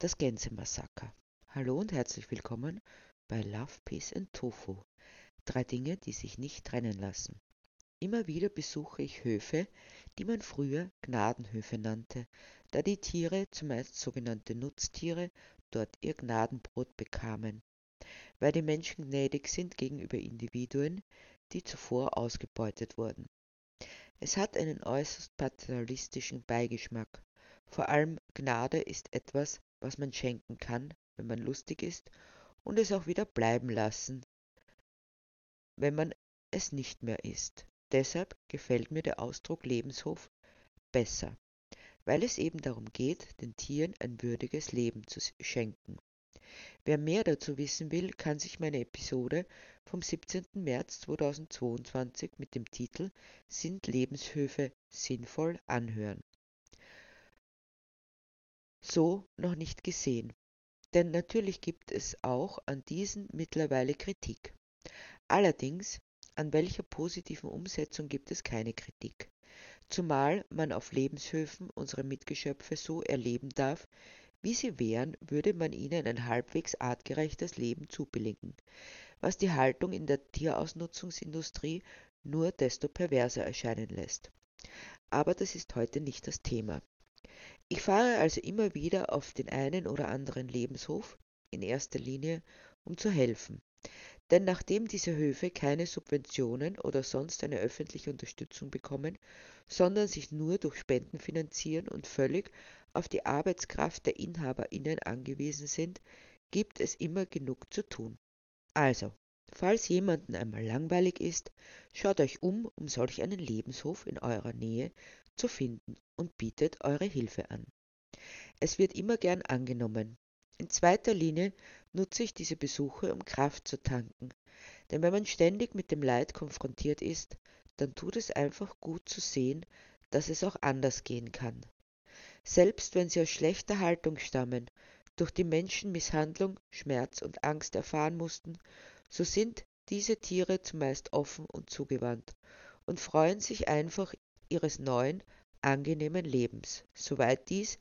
das Gänsemassaker. Hallo und herzlich willkommen bei Love, Peace and Tofu. 3 Dinge, die sich nicht trennen lassen. Immer wieder besuche ich Höfe, die man früher Gnadenhöfe nannte, da die Tiere, zumeist sogenannte Nutztiere, dort ihr Gnadenbrot bekamen, weil die Menschen gnädig sind gegenüber Individuen, die zuvor ausgebeutet wurden. Es hat einen äußerst paternalistischen Beigeschmack. Vor allem Gnade ist etwas, was man schenken kann, wenn man lustig ist, und es auch wieder bleiben lassen, wenn man es nicht mehr ist. Deshalb gefällt mir der Ausdruck Lebenshof besser, weil es eben darum geht, den Tieren ein würdiges Leben zu schenken. Wer mehr dazu wissen will, kann sich meine Episode vom 17. März 2022 mit dem Titel Sind Lebenshöfe sinnvoll anhören. So noch nicht gesehen. Denn natürlich gibt es auch an diesen mittlerweile Kritik. Allerdings, an welcher positiven Umsetzung gibt es keine Kritik. Zumal man auf Lebenshöfen unsere Mitgeschöpfe so erleben darf, wie sie wären, würde man ihnen ein halbwegs artgerechtes Leben zubilligen, was die Haltung in der Tierausnutzungsindustrie nur desto perverser erscheinen lässt. Aber das ist heute nicht das Thema. Ich fahre also immer wieder auf den einen oder anderen Lebenshof, in erster Linie, um zu helfen. Denn nachdem diese Höfe keine Subventionen oder sonst eine öffentliche Unterstützung bekommen, sondern sich nur durch Spenden finanzieren und völlig auf die Arbeitskraft der InhaberInnen angewiesen sind, gibt es immer genug zu tun. Also, falls jemandem einmal langweilig ist, schaut euch um solch einen Lebenshof in eurer Nähe zu finden und bietet eure Hilfe an. Es wird immer gern angenommen. In zweiter Linie nutze ich diese Besuche, um Kraft zu tanken. Denn wenn man ständig mit dem Leid konfrontiert ist, dann tut es einfach gut zu sehen, dass es auch anders gehen kann. Selbst wenn sie aus schlechter Haltung stammen, durch die Menschen Misshandlung, Schmerz und Angst erfahren mussten, so sind diese Tiere zumeist offen und zugewandt und freuen sich einfach ihres neuen, angenehmen Lebens, soweit dies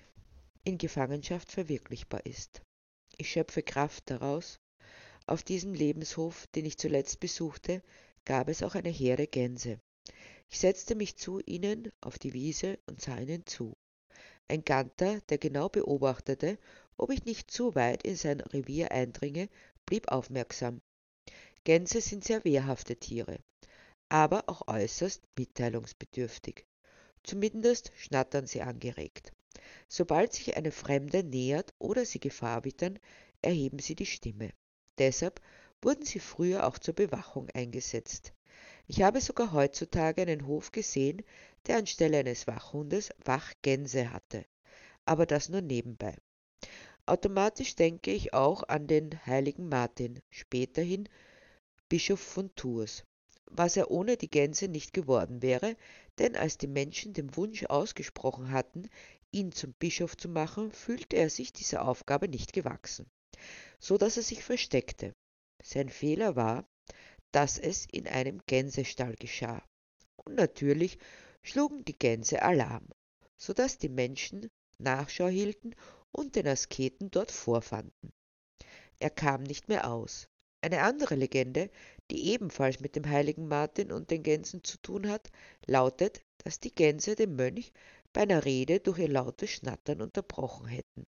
in Gefangenschaft verwirklichbar ist. Ich schöpfe Kraft daraus. Auf diesem Lebenshof, den ich zuletzt besuchte, gab es auch eine Herde Gänse. Ich setzte mich zu ihnen auf die Wiese und sah ihnen zu. Ein Ganter, der genau beobachtete, ob ich nicht zu weit in sein Revier eindringe, blieb aufmerksam. Gänse sind sehr wehrhafte Tiere, aber auch äußerst mitteilungsbedürftig. Zumindest schnattern sie angeregt. Sobald sich eine Fremde nähert oder sie Gefahr wittern, erheben sie die Stimme. Deshalb wurden sie früher auch zur Bewachung eingesetzt. Ich habe sogar heutzutage einen Hof gesehen, der anstelle eines Wachhundes Wachgänse hatte. Aber das nur nebenbei. Automatisch denke ich auch an den heiligen Martin, späterhin Bischof von Tours, was er ohne die Gänse nicht geworden wäre, denn als die Menschen den Wunsch ausgesprochen hatten, ihn zum Bischof zu machen, fühlte er sich dieser Aufgabe nicht gewachsen, so dass er sich versteckte. Sein Fehler war, dass es in einem Gänsestall geschah. Und natürlich schlugen die Gänse Alarm, so dass die Menschen Nachschau hielten und den Asketen dort vorfanden. Er kam nicht mehr aus. Eine andere Legende, die ebenfalls mit dem heiligen Martin und den Gänsen zu tun hat, lautet, dass die Gänse den Mönch bei einer Rede durch ihr lautes Schnattern unterbrochen hätten.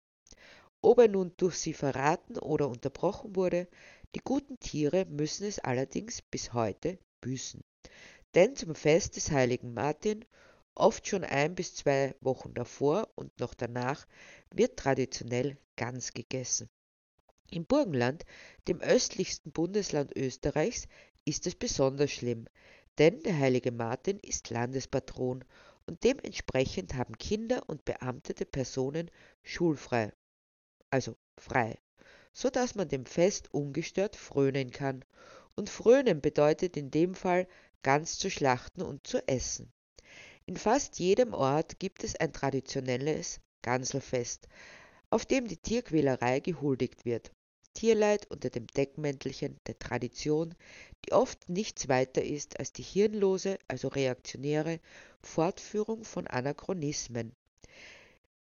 Ob er nun durch sie verraten oder unterbrochen wurde, die guten Tiere müssen es allerdings bis heute büßen. Denn zum Fest des heiligen Martin, oft schon 1 bis 2 Wochen davor und noch danach, wird traditionell Gans gegessen. Im Burgenland, dem östlichsten Bundesland Österreichs, ist es besonders schlimm, denn der heilige Martin ist Landespatron und dementsprechend haben Kinder und beamtete Personen schulfrei, also frei, so dass man dem Fest ungestört frönen kann. Und frönen bedeutet in dem Fall Gans zu schlachten und zu essen. In fast jedem Ort gibt es ein traditionelles Ganselfest, auf dem die Tierquälerei gehuldigt wird. Tierleid unter dem Deckmäntelchen der Tradition, die oft nichts weiter ist als die hirnlose, also reaktionäre Fortführung von Anachronismen,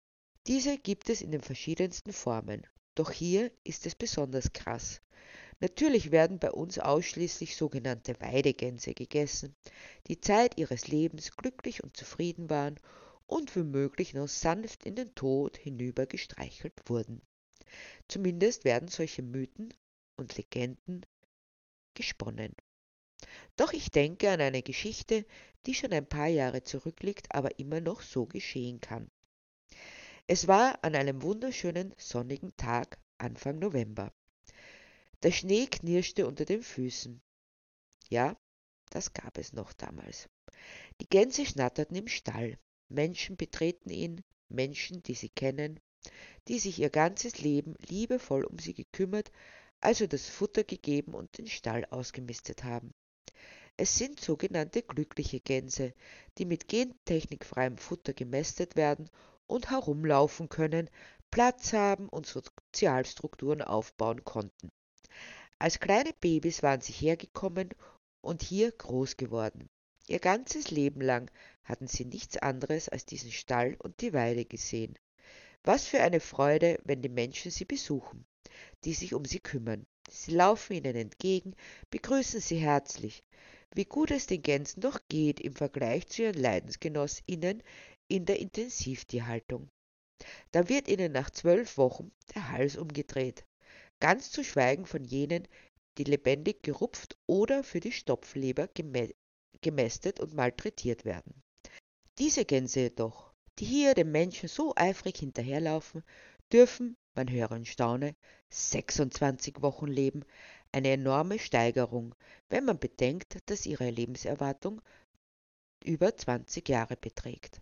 Diese gibt es in den verschiedensten Formen. Doch hier ist es besonders krass. Natürlich werden bei uns ausschließlich sogenannte Weidegänse gegessen, die Zeit ihres Lebens glücklich und zufrieden waren und womöglich noch sanft in den Tod hinüber gestreichelt wurden. Zumindest werden solche Mythen und Legenden gesponnen. Doch ich denke an eine Geschichte, die schon ein paar Jahre zurückliegt, aber immer noch so geschehen kann. Es war an einem wunderschönen sonnigen Tag Anfang November. Der Schnee knirschte unter den Füßen. Ja, das gab es noch damals. Die Gänse schnatterten im Stall. Menschen betreten ihn, Menschen, die sie kennen, die sich ihr ganzes Leben liebevoll um sie gekümmert, also das Futter gegeben und den Stall ausgemistet haben. Es sind sogenannte glückliche Gänse, die mit gentechnikfreiem Futter gemästet werden und herumlaufen können, Platz haben und Sozialstrukturen aufbauen konnten. Als kleine Babys waren sie hergekommen und hier groß geworden. Ihr ganzes Leben lang hatten sie nichts anderes als diesen Stall und die Weide gesehen. Was für eine Freude, wenn die Menschen sie besuchen, die sich um sie kümmern. Sie laufen ihnen entgegen, begrüßen sie herzlich. Wie gut es den Gänsen doch geht im Vergleich zu ihren LeidensgenossInnen in der Intensivtierhaltung. Da wird ihnen nach 12 Wochen der Hals umgedreht. Ganz zu schweigen von jenen, die lebendig gerupft oder für die Stopfleber gemästet und malträtiert werden. Diese Gänse jedoch, die hier den Menschen so eifrig hinterherlaufen, dürfen, man höre und staune, 26 Wochen leben, eine enorme Steigerung, wenn man bedenkt, dass ihre Lebenserwartung über 20 Jahre beträgt.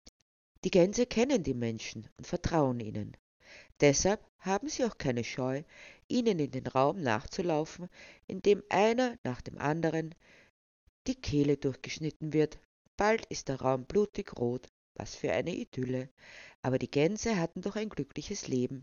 Die Gänse kennen die Menschen und vertrauen ihnen. Deshalb haben sie auch keine Scheu, ihnen in den Raum nachzulaufen, in dem einer nach dem anderen die Kehle durchgeschnitten wird. Bald ist der Raum blutig rot. Was für eine Idylle. Aber die Gänse hatten doch ein glückliches Leben.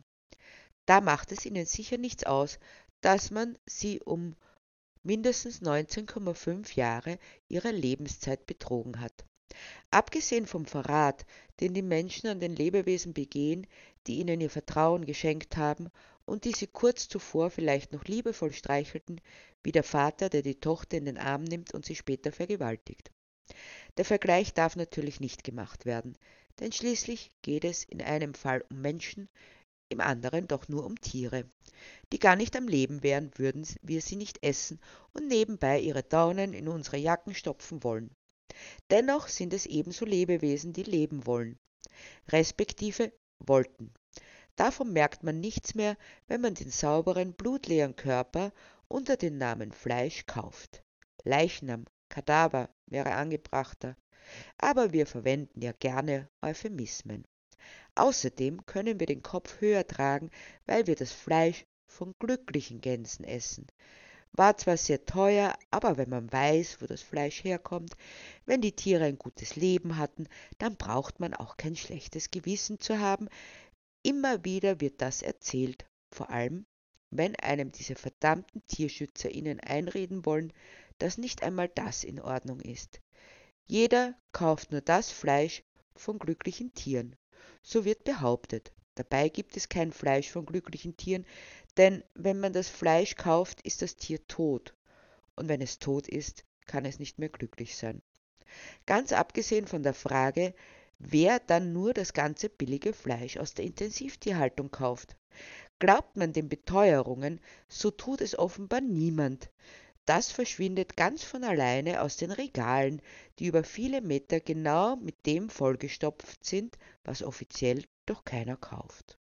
Da macht es ihnen sicher nichts aus, dass man sie um mindestens 19,5 Jahre ihrer Lebenszeit betrogen hat. Abgesehen vom Verrat, den die Menschen an den Lebewesen begehen, die ihnen ihr Vertrauen geschenkt haben und die sie kurz zuvor vielleicht noch liebevoll streichelten, wie der Vater, der die Tochter in den Arm nimmt und sie später vergewaltigt. Der Vergleich darf natürlich nicht gemacht werden, denn schließlich geht es in einem Fall um Menschen, im anderen doch nur um Tiere, die gar nicht am Leben wären, würden wir sie nicht essen und nebenbei ihre Daunen in unsere Jacken stopfen wollen. Dennoch sind es ebenso Lebewesen, die leben wollen, respektive wollten. Davon merkt man nichts mehr, wenn man den sauberen, blutleeren Körper unter dem Namen Fleisch kauft. Leichnam, Kadaver wäre angebrachter, aber wir verwenden ja gerne Euphemismen. Außerdem können wir den Kopf höher tragen, weil wir das Fleisch von glücklichen Gänsen essen. War zwar sehr teuer, aber wenn man weiß, wo das Fleisch herkommt, wenn die Tiere ein gutes Leben hatten, dann braucht man auch kein schlechtes Gewissen zu haben. Immer wieder wird das erzählt, vor allem, wenn einem diese verdammten Tierschützer ihnen einreden wollen, dass nicht einmal das in Ordnung ist. Jeder kauft nur das Fleisch von glücklichen Tieren. So wird behauptet. Dabei gibt es kein Fleisch von glücklichen Tieren, denn wenn man das Fleisch kauft, ist das Tier tot. Und wenn es tot ist, kann es nicht mehr glücklich sein. Ganz abgesehen von der Frage, wer dann nur das ganze billige Fleisch aus der Intensivtierhaltung kauft. Glaubt man den Beteuerungen, so tut es offenbar niemand. Das verschwindet ganz von alleine aus den Regalen, die über viele Meter genau mit dem vollgestopft sind, was offiziell doch keiner kauft.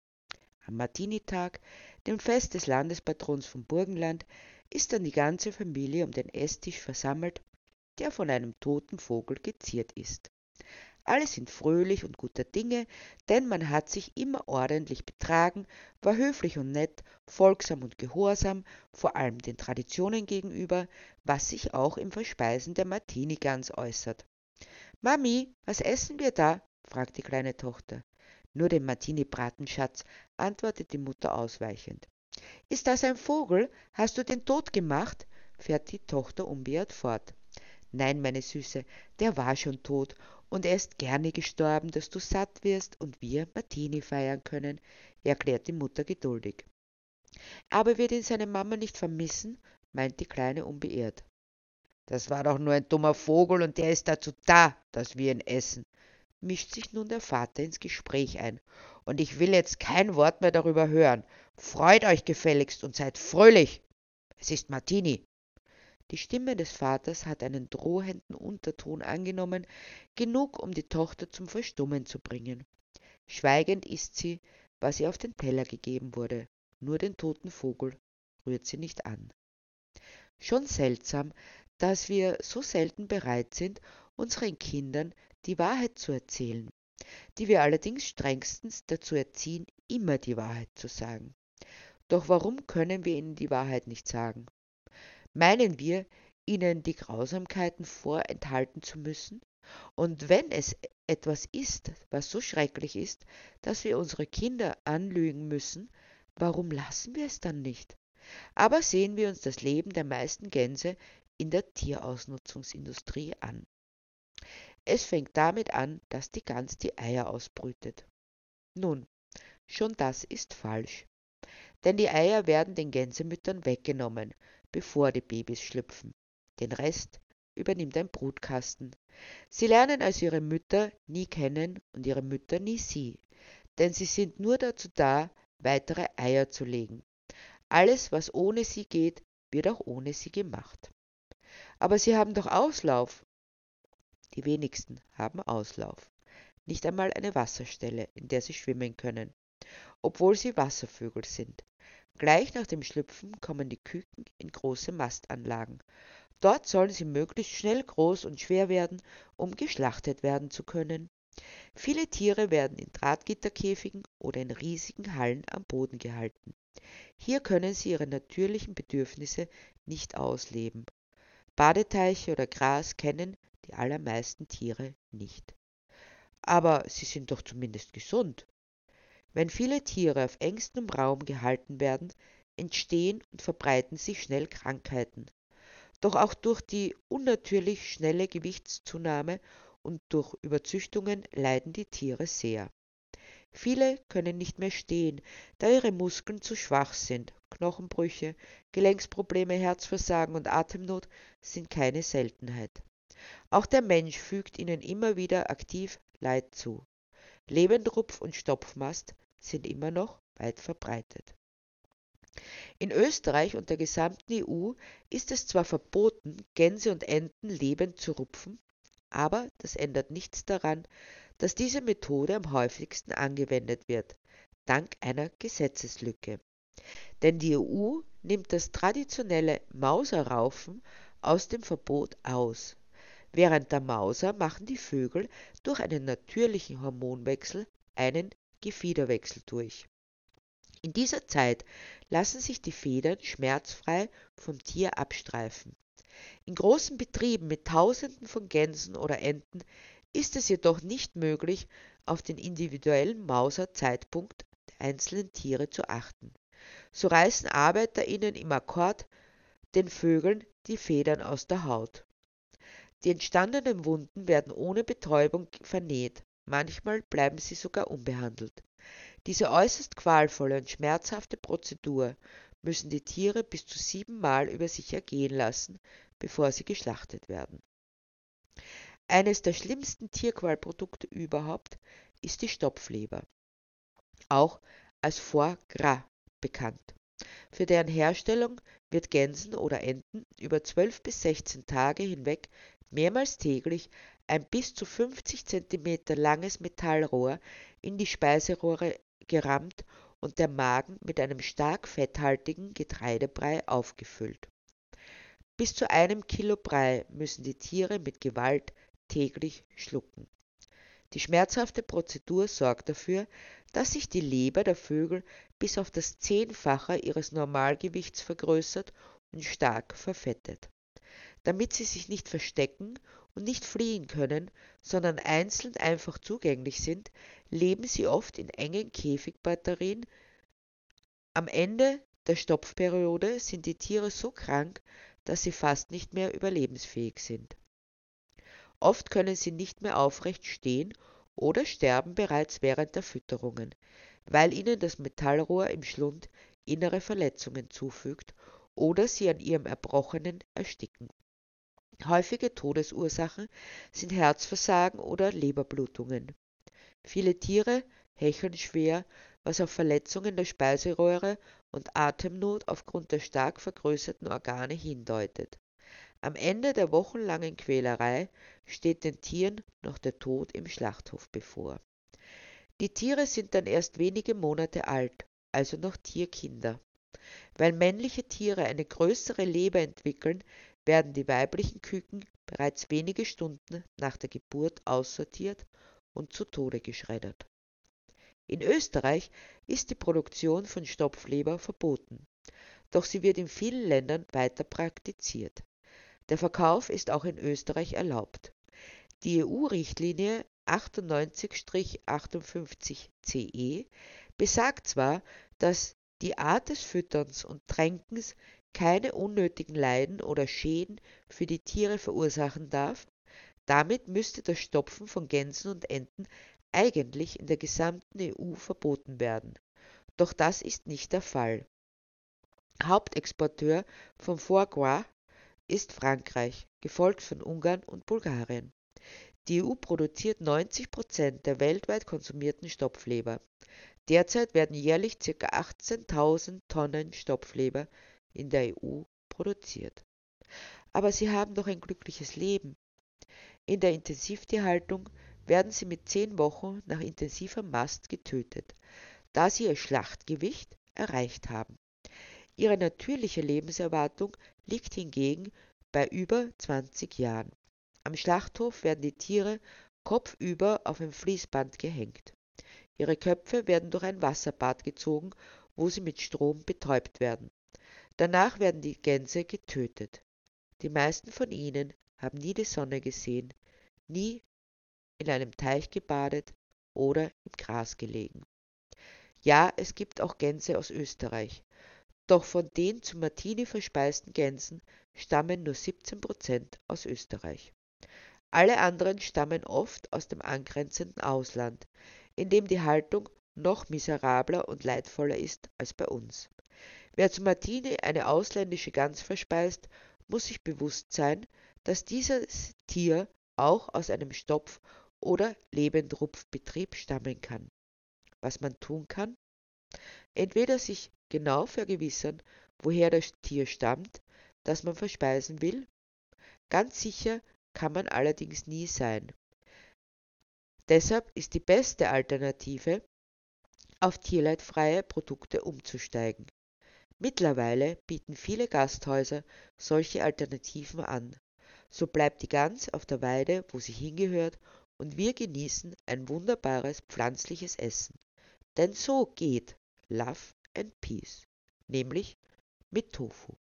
Am Martinitag, dem Fest des Landespatrons von Burgenland, ist dann die ganze Familie um den Esstisch versammelt, der von einem toten Vogel geziert ist. Alle sind fröhlich und guter Dinge, denn man hat sich immer ordentlich betragen, war höflich und nett, folgsam und gehorsam, vor allem den Traditionen gegenüber, was sich auch im Verspeisen der Martini-Gans äußert. »Mami, was essen wir da?« fragt die kleine Tochter. »Nur den Martini-Braten, Schatz«, antwortet die Mutter ausweichend. »Ist das ein Vogel? Hast du den tot gemacht?« fährt die Tochter unbeirrt fort. Nein, meine Süße, der war schon tot, und er ist gerne gestorben, dass du satt wirst und wir Martini feiern können, erklärt die Mutter geduldig. Aber wird ihn seine Mama nicht vermissen? Meint die Kleine unbeirrt. Das war doch nur ein dummer Vogel und der ist dazu da, dass wir ihn essen, mischt sich nun der Vater ins Gespräch ein. Und ich will jetzt kein Wort mehr darüber hören. Freut euch gefälligst und seid fröhlich. Es ist Martini. Die Stimme des Vaters hat einen drohenden Unterton angenommen, genug, um die Tochter zum Verstummen zu bringen. Schweigend isst sie, was ihr auf den Teller gegeben wurde. Nur den toten Vogel rührt sie nicht an. Schon seltsam, dass wir so selten bereit sind, unseren Kindern die Wahrheit zu erzählen, die wir allerdings strengstens dazu erziehen, immer die Wahrheit zu sagen. Doch warum können wir ihnen die Wahrheit nicht sagen? Meinen wir, ihnen die Grausamkeiten vorenthalten zu müssen? Und wenn es etwas ist, was so schrecklich ist, dass wir unsere Kinder anlügen müssen, warum lassen wir es dann nicht? Aber sehen wir uns das Leben der meisten Gänse in der Tierausnutzungsindustrie an. Es fängt damit an, dass die Gans die Eier ausbrütet. Nun, schon das ist falsch, denn die Eier werden den Gänsemüttern weggenommen, bevor die Babys schlüpfen. Den Rest übernimmt ein Brutkasten. Sie lernen also ihre Mütter nie kennen und ihre Mütter nie sie, denn sie sind nur dazu da, weitere Eier zu legen. Alles, was ohne sie geht, wird auch ohne sie gemacht. Aber sie haben doch Auslauf. Die wenigsten haben Auslauf. Nicht einmal eine Wasserstelle, in der sie schwimmen können, obwohl sie Wasservögel sind. Gleich nach dem Schlüpfen kommen die Küken in große Mastanlagen. Dort sollen sie möglichst schnell groß und schwer werden, um geschlachtet werden zu können. Viele Tiere werden in Drahtgitterkäfigen oder in riesigen Hallen am Boden gehalten. Hier können sie ihre natürlichen Bedürfnisse nicht ausleben. Badeteiche oder Gras kennen die allermeisten Tiere nicht. Aber sie sind doch zumindest gesund. Wenn viele Tiere auf engstem Raum gehalten werden, entstehen und verbreiten sich schnell Krankheiten. Doch auch durch die unnatürlich schnelle Gewichtszunahme und durch Überzüchtungen leiden die Tiere sehr. Viele können nicht mehr stehen, da ihre Muskeln zu schwach sind. Knochenbrüche, Gelenksprobleme, Herzversagen und Atemnot sind keine Seltenheit. Auch der Mensch fügt ihnen immer wieder aktiv Leid zu. Lebendrupf und Stopfmast sind immer noch weit verbreitet. In Österreich und der gesamten EU ist es zwar verboten, Gänse und Enten lebend zu rupfen, aber das ändert nichts daran, dass diese Methode am häufigsten angewendet wird, dank einer Gesetzeslücke. Denn die EU nimmt das traditionelle Mauserraufen aus dem Verbot aus. Während der Mauser machen die Vögel durch einen natürlichen Hormonwechsel einen Gefiederwechsel durch. In dieser Zeit lassen sich die Federn schmerzfrei vom Tier abstreifen. In großen Betrieben mit Tausenden von Gänsen oder Enten ist es jedoch nicht möglich, auf den individuellen Mauserzeitpunkt der einzelnen Tiere zu achten. So reißen ArbeiterInnen im Akkord den Vögeln die Federn aus der Haut. Die entstandenen Wunden werden ohne Betäubung vernäht, manchmal bleiben sie sogar unbehandelt. Diese äußerst qualvolle und schmerzhafte Prozedur müssen die Tiere bis zu 7-mal über sich ergehen lassen, bevor sie geschlachtet werden. Eines der schlimmsten Tierqualprodukte überhaupt ist die Stopfleber, auch als Foie Gras bekannt. Für deren Herstellung wird Gänsen oder Enten über 12 bis 16 Tage hinweg mehrmals täglich ein bis zu 50 Zentimeter langes Metallrohr in die Speiseröhre gerammt und der Magen mit einem stark fetthaltigen Getreidebrei aufgefüllt. Bis zu 1 Kilo Brei müssen die Tiere mit Gewalt täglich schlucken. Die schmerzhafte Prozedur sorgt dafür, dass sich die Leber der Vögel bis auf das 10-fache ihres Normalgewichts vergrößert und stark verfettet. Damit sie sich nicht verstecken und nicht fliehen können, sondern einzeln einfach zugänglich sind, leben sie oft in engen Käfigbatterien. Am Ende der Stopfperiode sind die Tiere so krank, dass sie fast nicht mehr überlebensfähig sind. Oft können sie nicht mehr aufrecht stehen oder sterben bereits während der Fütterungen, weil ihnen das Metallrohr im Schlund innere Verletzungen zufügt oder sie an ihrem Erbrochenen ersticken. Häufige Todesursachen sind Herzversagen oder Leberblutungen. Viele Tiere hecheln schwer, was auf Verletzungen der Speiseröhre und Atemnot aufgrund der stark vergrößerten Organe hindeutet. Am Ende der wochenlangen Quälerei steht den Tieren noch der Tod im Schlachthof bevor. Die Tiere sind dann erst wenige Monate alt, also noch Tierkinder. Weil männliche Tiere eine größere Leber entwickeln, werden die weiblichen Küken bereits wenige Stunden nach der Geburt aussortiert und zu Tode geschreddert. In Österreich ist die Produktion von Stopfleber verboten, doch sie wird in vielen Ländern weiter praktiziert. Der Verkauf ist auch in Österreich erlaubt. Die EU-Richtlinie 98/58/CE besagt zwar, dass die Art des Fütterns und Tränkens keine unnötigen Leiden oder Schäden für die Tiere verursachen darf, damit müsste das Stopfen von Gänsen und Enten eigentlich in der gesamten EU verboten werden. Doch das ist nicht der Fall. Hauptexporteur von Foie Gras ist Frankreich, gefolgt von Ungarn und Bulgarien. Die EU produziert 90% der weltweit konsumierten Stopfleber. Derzeit werden jährlich ca. 18.000 Tonnen Stopfleber in der EU produziert. Aber sie haben doch ein glückliches Leben. In der Intensivtierhaltung werden sie mit 10 Wochen nach intensiver Mast getötet, da sie ihr Schlachtgewicht erreicht haben. Ihre natürliche Lebenserwartung liegt hingegen bei über 20 Jahren. Am Schlachthof werden die Tiere kopfüber auf ein Fließband gehängt. Ihre Köpfe werden durch ein Wasserbad gezogen, wo sie mit Strom betäubt werden. Danach werden die Gänse getötet. Die meisten von ihnen haben nie die Sonne gesehen, nie in einem Teich gebadet oder im Gras gelegen. Ja, es gibt auch Gänse aus Österreich, doch von den zu Martini verspeisten Gänsen stammen nur 17% aus Österreich. Alle anderen stammen oft aus dem angrenzenden Ausland, in dem die Haltung noch miserabler und leidvoller ist als bei uns. Wer zu Martini eine ausländische Gans verspeist, muss sich bewusst sein, dass dieses Tier auch aus einem Stopf- oder Lebendrupfbetrieb stammen kann. Was man tun kann? Entweder sich genau vergewissern, woher das Tier stammt, das man verspeisen will. Ganz sicher kann man allerdings nie sein. Deshalb ist die beste Alternative, auf tierleidfreie Produkte umzusteigen. Mittlerweile bieten viele Gasthäuser solche Alternativen an. So bleibt die Gans auf der Weide, wo sie hingehört, und wir genießen ein wunderbares pflanzliches Essen. Denn so geht Love and Peace, nämlich mit Tofu.